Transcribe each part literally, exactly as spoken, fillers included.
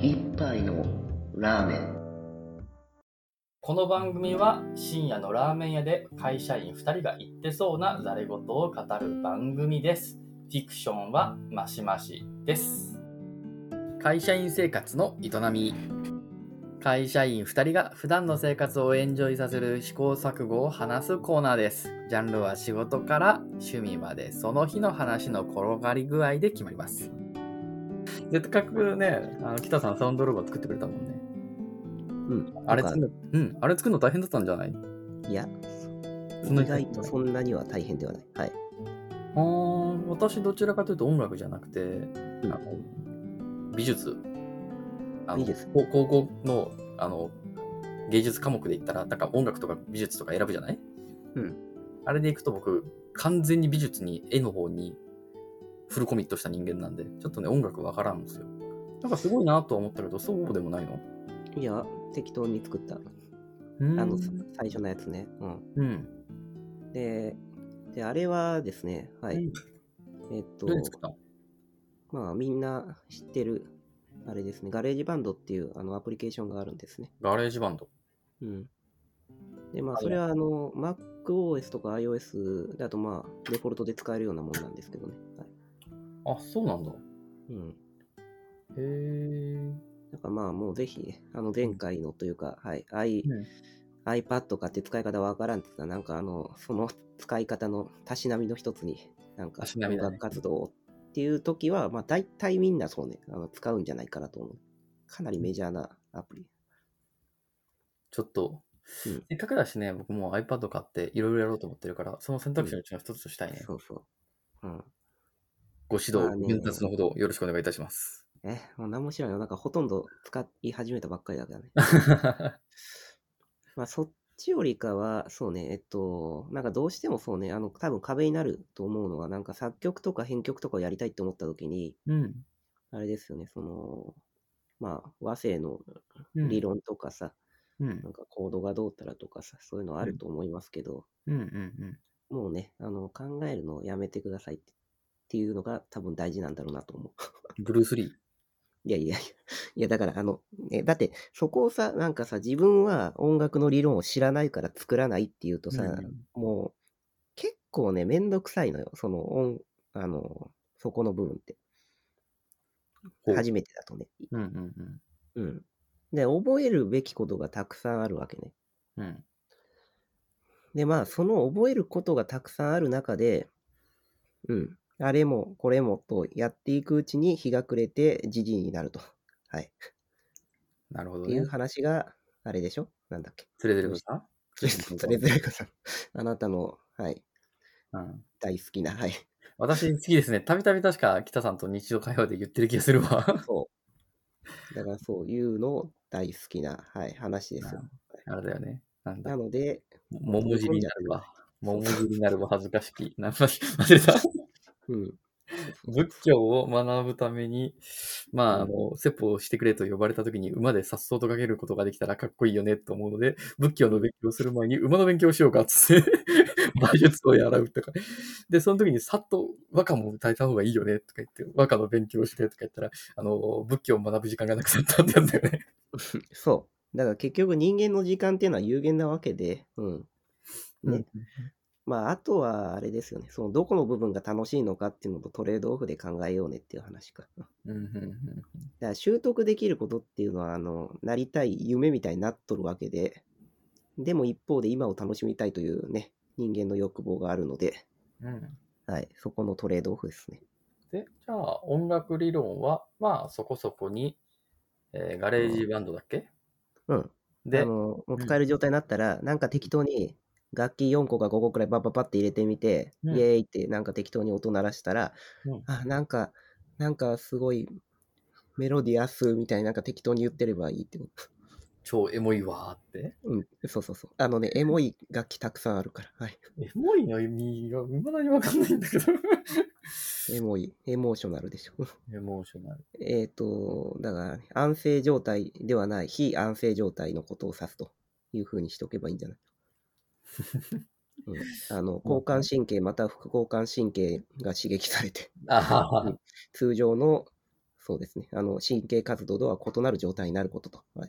一杯のラーメン。 この番組は深夜のラーメン屋で会社員ふたりが言ってそうなざれ言を語る番組です。フィクションはマシマシです。会社員生活の営み。会社員ふたりが普段の生活をエンジョイさせる試行錯誤を話すコーナーです。ジャンルは仕事から趣味までその日の話の転がり具合で決まります。せっかくね、あの北さんサウンドロゴ作ってくれたもんね。 うん。 あれ作るの、うん、あれ作るの大変だったんじゃない？ いや、 そんな意外とそんなには大変ではない。はい。 あー、私どちらかというと音楽じゃなくて、 うんあの美術。あの美術高高校のあの芸術科目で言ったら、なんか音楽とか美術とか選ぶじゃない？ うん。 あれでいくと僕、完全に美術に、絵の方にフルコミットした人間なんで、ちょっとね、音楽わからんんですよ。なんかすごいなとは思ったけど、そうでもないの？ いや、適当に作った。 うーんあの、最初のやつね。うん。 うん。 で、で、あれはですね、はい。 うんえっとどうやって作ったの？ まあ、みんな知ってる、あれですね、ガレージバンドっていうあのアプリケーションがあるんですね。 ガレージバンド。 うん。で、まあ、 はいそれはあの、MacOS とか iOS だとまあ、デフォルトで使えるようなもんなんですけどね。はい。 あ、そうなんだ。 うん。 へー。 だからまあ、もうぜひ、あの、前回のというか、はい、i、 うん iPad かって使い方わからんって言ったら、なんかあの、その使い方のたしなみの一つに、なんか音たしなみだね楽活動っていう時は、まあ大体みんなそうね、あの使うんじゃないかなと思う。かなりメジャーなアプリ。 ちょっと、 うん。 せっかくだしね、僕も iPad 買っていろいろやろうと思ってるから、その選択肢のうちの一つとしたいね。 そうそう。うん。 ご指導、 まあねご鞭達のほどよろしくお願いいたします。 え、もう何も知らんよ。なんかほとんど使い始めたばっかりだからね。まあそっちよりかは、そうね、えっと、なんかどうしてもそうね、あの、多分壁になると思うのは、なんか作曲とか編曲とかをやりたいって思った時に、 うん。 あれですよね、その、まあ、和声のうん理論とかさ、 うんなんかコードがどうたらとかさ、そういうのあると思いますけど、 うんうんもうね、あの、考えるのをやめてくださいってっていうのが多分大事なんだろうなと思う。 うん。ブルース・リー。 いやいやいや、いやだからあの、え、だってそこをさ、なんかさ、自分は音楽の理論を知らないから作らないっていうとさ、 うんもう結構ね、めんどくさいのよ、その音、あの、そこの部分って。 ほう初めてだとね。 うんうんうん。で、覚えるべきことがたくさんあるわけね。 うん。うん。 で、まあ、その覚えることがたくさんある中で、うん、あれもこれもとやっていくうちに日が暮れてじじいになると。はい。 なるほどねっていう。話が、あれでしょなんだっけつれてることかつれつれづらいかさん。あなたの、はい、 うん。 大好きな、はい。 私好きですね。たびたび確か北さんと日常会話で言ってる気がするわ。 そう。だからそういうの大好きな、はい、話ですよ。 あれだよね。なんだな。ので、 桃尻になるわ。 そう桃尻になるわ。恥ずかしき。な忘れた。 うん。 仏教を学ぶために、まあ、 うんあの、説法をしてくれと呼ばれたときに馬で颯爽とかけることができたらかっこいいよねと思うので、仏教の勉強をする前に馬の勉強をしようかっつって、馬術をやらうとか。で、その時にさっと和歌も歌えた方がいいよねとか言って、和歌の勉強をしてとか言ったら、あの、仏教を学ぶ時間がなくなったってやつだよね。 そう。だから結局人間の時間っていうのは有限なわけで、うん。ね。 うんまあ、あとはあれですよね。そのどこの部分が楽しいのかっていうのとトレードオフで考えようねっていう話か。だかうんうんうんら習得できることっていうのは、あの、なりたい夢みたいになっとるわけで、でも一方で今を楽しみたいというね、人間の欲望があるので、 うんはい、そこのトレードオフですね。 で、じゃあ音楽理論は、まあそこそこに、えーガレージバンドだっけ？ うん。あで、 の、もう使える状態になったら、なんか適当に楽器よんこかごこくらいパッパッパって入れてみて、 うんイエーイってなんか適当に音鳴らしたら、 うんあ、なんか、なんかすごいメロディアスみたいになんか適当に言ってればいいってこと。 超エモいわーって。 うん、そうそうそう。あのね、エモい楽器たくさんあるから。はい。 エモいの意味が未だにわかんないんだけど。 エモい、エモーショナルでしょ。 エモーショナル。 えっと、だから、ね、安静状態ではない、非安静状態のことを指すというふうにしておけばいいんじゃないうん、あの交感神経または副交感神経が刺激されて、 あははうん通常のそうですね。あの、神経活動とは異なる状態になることと。はい、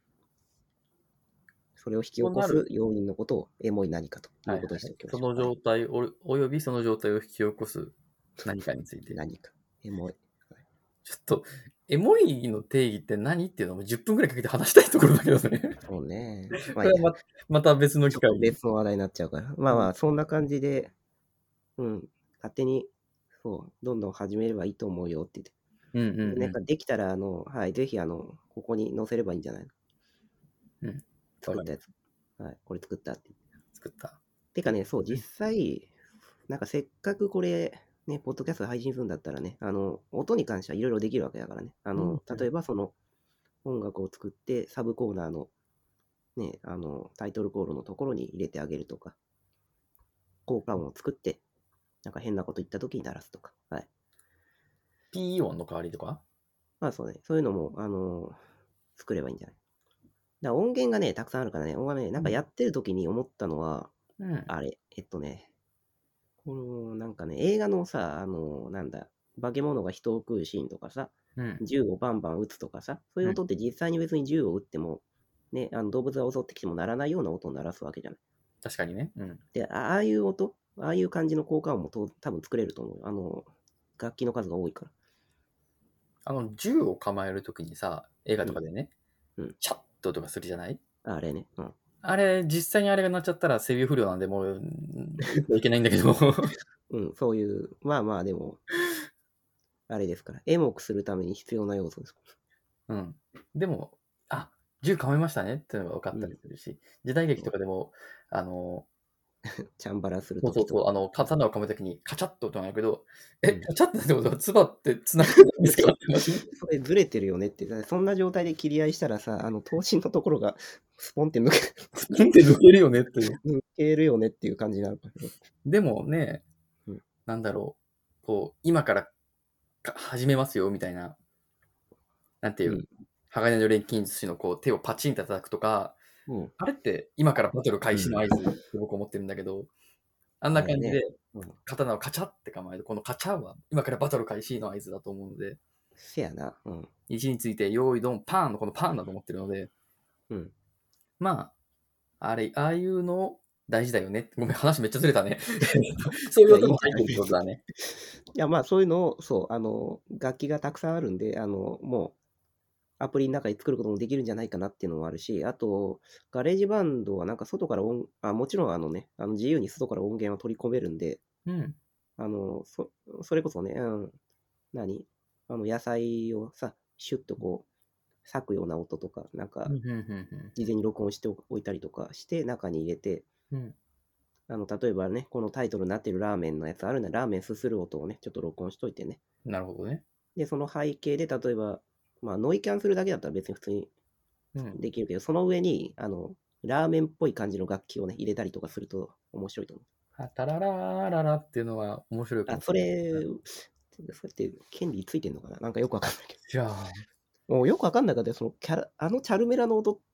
それを引き起こす要因のことをエモい何かということにしておきましょう。 はいはい、その状態お、およびその状態を引き起こす何かについて。 何か。エモい。 はい、ちょっと、エモいの定義って何っていうのもじゅっぷんくらいかけて話したいところだけどね。 そうね。 まあ、これは ま, また別の機会に。 別の話題になっちゃうから。まあまあ、そんな感じで、うん、勝手に、そう、どんどん始めればいいと思うよって言って。 うんうんうん、 なんかできたら、あの、はい、ぜひ、あの、ここに載せればいいんじゃないの？ うん。 作ったやつ。はい、これ作ったって。 作った。 てかね、そう、実際、なんかせっかくこれ、ね、ポッドキャスト配信するんだったらね、あの、音に関してはいろいろできるわけだからね。あの、 うん、 例えばその、音楽を作って、サブコーナーの、ね、あの、タイトルコールのところに入れてあげるとか、効果音を作って、なんか変なこと言った時に鳴らすとか。はい。 ピー 音の代わりとか？ まあそうね、そういうのも、あの、作ればいいんじゃない？だから音源がね、たくさんあるからね、音がね、なんかやってる時に思ったのは、 うん、 あれ、えっとね、このなんかね、映画のさ、あの、なんだ、化け物が人を食うシーンとかさ、 うん、 銃をバンバン撃つとかさ、そういう音って実際に別に銃を撃っても、ね、あの動物が襲ってきても鳴らないような音を鳴らすわけじゃない。 確かにね。うん、 で、ああいう音、ああいう感じの効果音もと多分作れると思う。あの、楽器の数が多いから。 あの、銃を構えるときにさ、映画とかでね、 うんうん、 チャッととかするじゃない？ あれね。うん。 あれ、実際にあれが鳴っちゃったら整備不良なんで、もう、いけないんだけど。 うん、そういう、まあまあでも、あれですから。エモくするために必要な要素です。 うん。でも、あ、銃構えましたねっていうのが分かったりするし、うん、時代劇とかでも、あの、 チャンバラするときと。そうそうそう、あの、刀を構えたときにカチャッと音が鳴るけど、うん、え、カチャッってってことは、つばって繋がってないんですか？ それずれてるよねって。そんな状態で切り合いしたらさ、あの、頭身のところがスポンって抜け、 スポンって抜けるよねっていう。 抜けるよねっていう感じになる。 でもね、 うん、 なんだろう、こう、今から始めますよみたいな、なんていう、うん、鋼の錬金術師のこう手をパチンと叩くとか、うん、あれって今からバトル開始の合図って僕思ってるんだけど、うん、あんな感じで刀をカチャって構える、このカチャは今からバトル開始の合図だと思うので、 せやな。うん。 位置について用意ドンパーンのこのパーンだと思ってるので、 うん。 まあ、あれ、ああいうの大事だよね。ごめん、話めっちゃずれたね。そういう音も入ってるってことだね。 いや、まあ、そういうのを、そう、あの、楽器がたくさんあるんで、あの、もう、アプリの中に作ることもできるんじゃないかなっていうのもあるし、あと、ガレージバンドはなんか外から音、あ、もちろんあのね、あの自由に外から音源を取り込めるんで、 うん、 あの、そ、それこそね、うん、何あの、野菜をさ、シュッとこう、裂くような音とか、なんか、事前に録音しておいたりとかして、中に入れて、うん、あの、例えばね、このタイトルになってるラーメンのやつあるんで、ラーメンすする音をね、ちょっと録音しといてね。 なるほどね。 で、その背景で、例えば、まあ、ノイキャンするだけだったら別に普通にできるけど、うん、その上に、あの、ラーメンっぽい感じの楽器をね、入れたりとかすると面白いと思う。 あ、タララーララっていうのは面白いかもしれない。あ、それ、それって権利ついてんのかな？なんかよくわかんないけど。 いやもうよくわかんなかったよ。そのキャラ、あのチャルメラの音って、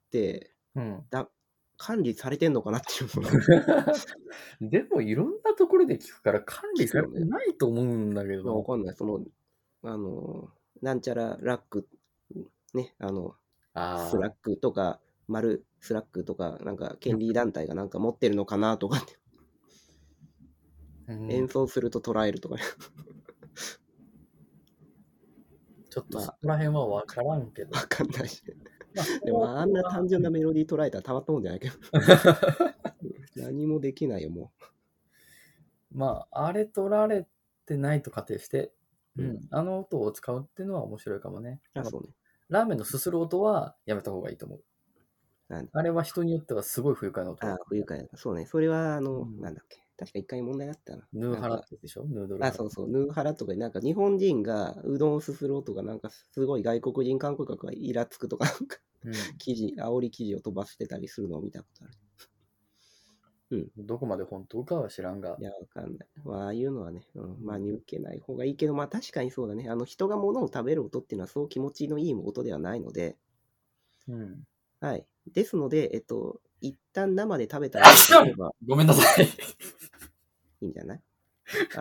うん、 だ管理されてんのかなっていうの。でもいろんなところで聞くから管理されてないと思うんだけど。 わかんない。その、あの、なんちゃらラック、ね、あの、あスラックとか、丸スラックとか、なんか権利団体がなんか持ってるのかなとかって。うん、演奏すると捉えるとかね。 ちょっとそこら辺は分からんけど。 分かんないし。まあ、でもあんな単純なメロディー捉えたらたまったもんじゃないけど。何もできないよ、もう。まあ、あれ取られてないと仮定して、うん、うん、あの音を使うっていうのは面白いかもね。 あ、そうね。 ラーメンのすする音はやめた方がいいと思う。あれは人によってはすごい不愉快な音。 あ、不愉快だ。そうね。それは、あの、うん、なんだっけ。確か一回問題あったな。 ヌーハラってでしょ？ヌードルハラ。 あ、そうそう。ヌーハラとかなんか日本人がうどんをすする音がなんかすごい外国人観光客がイラつくとか、うん、記事、煽り記事を飛ばしてたりするのを見たことある。 うん。どこまで本当かは知らんが。 いや、わかんない。まあ、ああいうのはね、うん、真に受けない方がいいけど、まあ確かにそうだね。あの人が物を食べる音っていうのはそう気持ちのいい音ではないので、 うん。 はい。ですので、えっと、一旦生で食べたらごめんなさい。 いいんじゃない？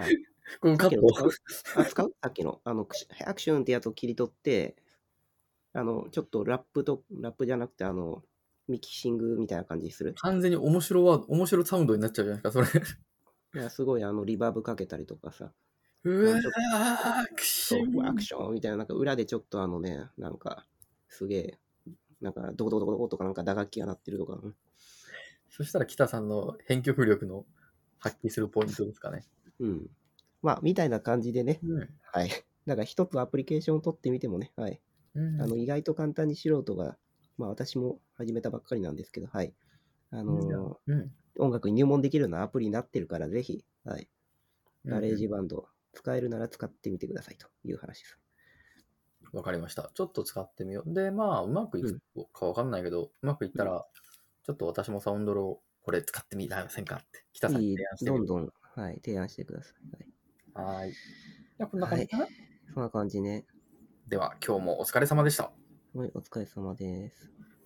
このカット使うあ、使うさっきの、あの、アクションってやつを切り取って、あの、ちょっとラップと、ラップじゃなくて、あの、ミキシングみたいな感じにする。 完全に面白ワード、面白サウンドになっちゃうじゃないですか、それ。 いや、すごい、あの、リバーブかけたりとかさ。 うわあちょっー、アクション。 そうアクションみたいな、なんか裏でちょっとあのね、なんか、すげえ、なんか、ドコドコドコとかなんか打楽器が鳴ってるとか、うんそしたら北さんの編曲力の発揮するポイントですかね。 うん。まあ、みたいな感じでね、 うん。 はい。だから一つアプリケーションを取ってみてもね、はい。 うん、 あの、意外と簡単に素人が、まあ私も始めたばっかりなんですけど、はい。あのうん。 ー音楽に入門できるようなアプリになってるから、ぜひ、はい。ガレージうんバンド、使えるなら使ってみてくださいという話です。 わかりました。ちょっと使ってみよう。で、まあ、うまくいくかわかんないけど、うまくいったら、ちょっと私もサウンドロー、これ使ってみませんかって、北さんにいい提案してみる。 どんどん、はい、提案してください。 はーい。じゃあ、こんなはい。はい感じかな、。 そんな感じね。 では、今日もお疲れ様でした。 はい、お疲れ様です。